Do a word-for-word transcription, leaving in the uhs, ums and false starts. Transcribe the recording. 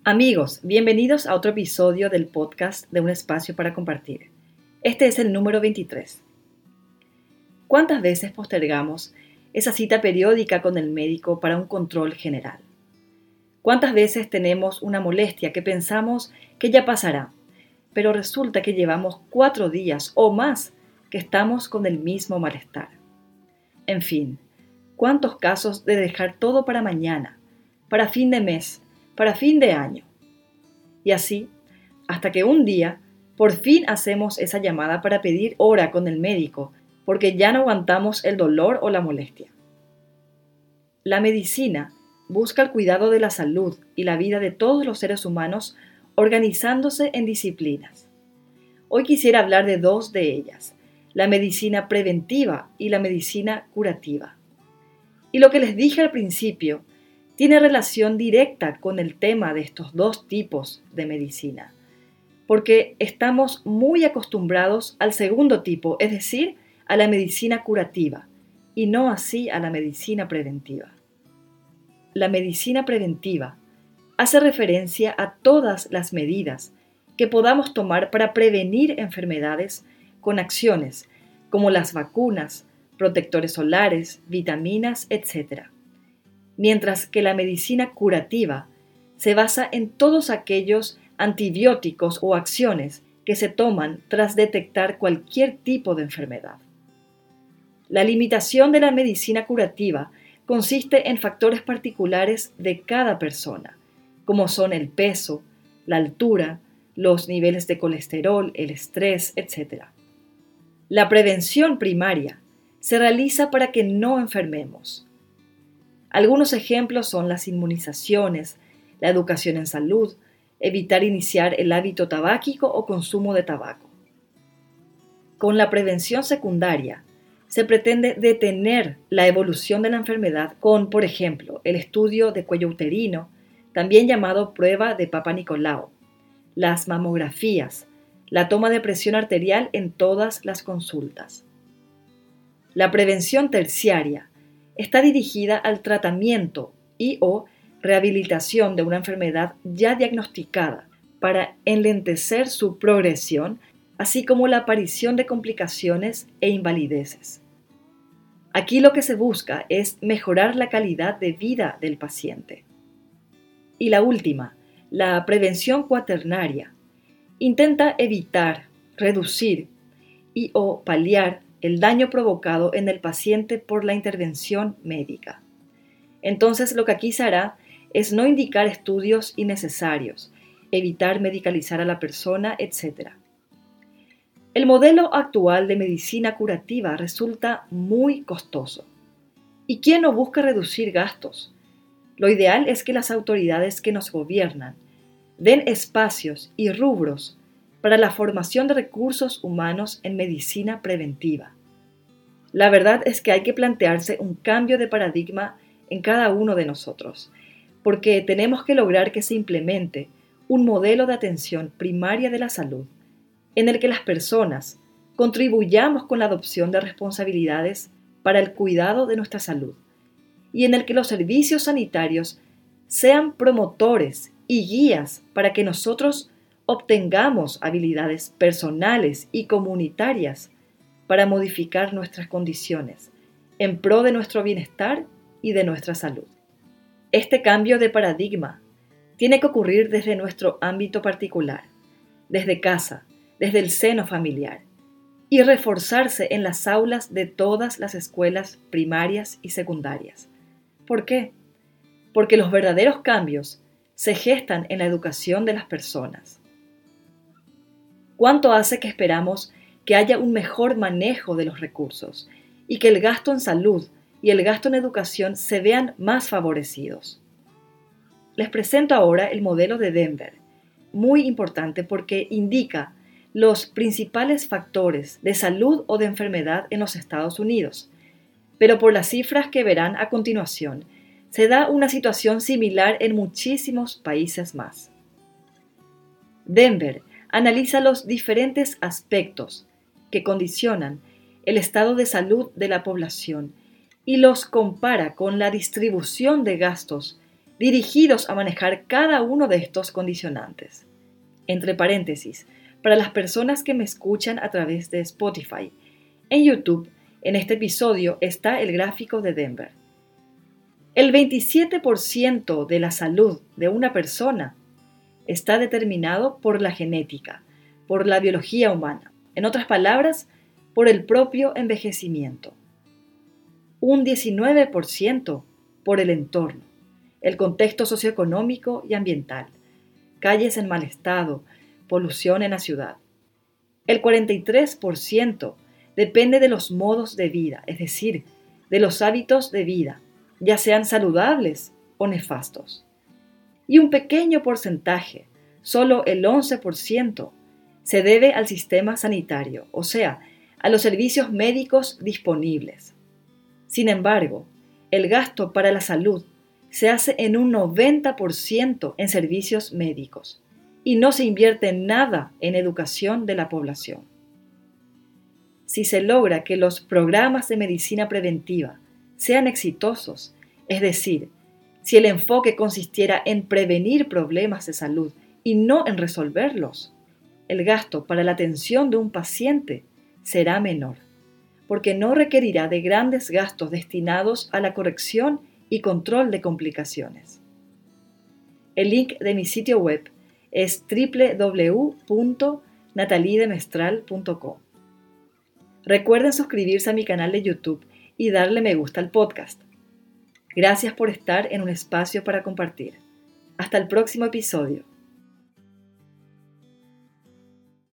Amigos, bienvenidos a otro episodio del podcast de Un Espacio para Compartir. Este es el número veintitrés. ¿Cuántas veces postergamos esa cita periódica con el médico para un control general? ¿Cuántas veces tenemos una molestia que pensamos que ya pasará, pero resulta que llevamos cuatro días o más que estamos con el mismo malestar? En fin, ¿cuántos casos de dejar todo para mañana, para fin de mes, para fin de año? Y así, hasta que un día, por fin hacemos esa llamada para pedir hora con el médico, porque ya no aguantamos el dolor o la molestia. La medicina busca el cuidado de la salud y la vida de todos los seres humanos organizándose en disciplinas. Hoy quisiera hablar de dos de ellas, la medicina preventiva y la medicina curativa. Y lo que les dije al principio tiene relación directa con el tema de estos dos tipos de medicina, porque estamos muy acostumbrados al segundo tipo, es decir, a la medicina curativa, y no así a la medicina preventiva. La medicina preventiva hace referencia a todas las medidas que podamos tomar para prevenir enfermedades con acciones como las vacunas, protectores solares, vitaminas, etcétera. Mientras que la medicina curativa se basa en todos aquellos antibióticos o acciones que se toman tras detectar cualquier tipo de enfermedad. La limitación de la medicina curativa consiste en factores particulares de cada persona, como son el peso, la altura, los niveles de colesterol, el estrés, etcétera. La prevención primaria se realiza para que no enfermemos. Algunos ejemplos son las inmunizaciones, la educación en salud, evitar iniciar el hábito tabáquico o consumo de tabaco. Con la prevención secundaria, se pretende detener la evolución de la enfermedad con, por ejemplo, el estudio de cuello uterino, también llamado prueba de Papa Nicolau, las mamografías, la toma de presión arterial en todas las consultas. La prevención terciaria está dirigida al tratamiento y o rehabilitación de una enfermedad ya diagnosticada para enlentecer su progresión, así como la aparición de complicaciones e invalideces. Aquí lo que se busca es mejorar la calidad de vida del paciente. Y la última, la prevención cuaternaria, intenta evitar, reducir y o paliar el daño provocado en el paciente por la intervención médica. Entonces, lo que aquí se hará es no indicar estudios innecesarios, evitar medicalizar a la persona, etcétera. El modelo actual de medicina curativa resulta muy costoso. ¿Y quién no busca reducir gastos? Lo ideal es que las autoridades que nos gobiernan den espacios y rubros para la formación de recursos humanos en medicina preventiva. La verdad es que hay que plantearse un cambio de paradigma en cada uno de nosotros, porque tenemos que lograr que se implemente un modelo de atención primaria de la salud en el que las personas contribuyamos con la adopción de responsabilidades para el cuidado de nuestra salud y en el que los servicios sanitarios sean promotores y guías para que nosotros obtengamos habilidades personales y comunitarias para modificar nuestras condiciones en pro de nuestro bienestar y de nuestra salud. Este cambio de paradigma tiene que ocurrir desde nuestro ámbito particular, desde casa, desde el seno familiar, y reforzarse en las aulas de todas las escuelas primarias y secundarias. ¿Por qué? Porque los verdaderos cambios se gestan en la educación de las personas. ¿Cuánto hace que esperamos que haya un mejor manejo de los recursos y que el gasto en salud y el gasto en educación se vean más favorecidos? Les presento ahora el modelo de Denver, muy importante porque indica los principales factores de salud o de enfermedad en los Estados Unidos. Pero por las cifras que verán a continuación, se da una situación similar en muchísimos países más. Denver analiza los diferentes aspectos que condicionan el estado de salud de la población y los compara con la distribución de gastos dirigidos a manejar cada uno de estos condicionantes. Entre paréntesis, para las personas que me escuchan a través de Spotify, en YouTube, en este episodio está el gráfico de Denver. El veintisiete por ciento de la salud de una persona está determinado por la genética, por la biología humana. En otras palabras, por el propio envejecimiento. Un diecinueve por ciento por el entorno, el contexto socioeconómico y ambiental, calles en mal estado, polución en la ciudad. El cuarenta y tres por ciento depende de los modos de vida, es decir, de los hábitos de vida, ya sean saludables o nefastos. Y un pequeño porcentaje, solo el once por ciento, se debe al sistema sanitario, o sea, a los servicios médicos disponibles. Sin embargo, el gasto para la salud se hace en un noventa por ciento en servicios médicos y no se invierte nada en educación de la población. Si se logra que los programas de medicina preventiva sean exitosos, es decir, si el enfoque consistiera en prevenir problemas de salud y no en resolverlos, el gasto para la atención de un paciente será menor, porque no requerirá de grandes gastos destinados a la corrección y control de complicaciones. El link de mi sitio web es doble u doble u doble u punto natalie de mestral punto com. Recuerden suscribirse a mi canal de YouTube y darle me gusta al podcast. Gracias por estar en un espacio para compartir. Hasta el próximo episodio.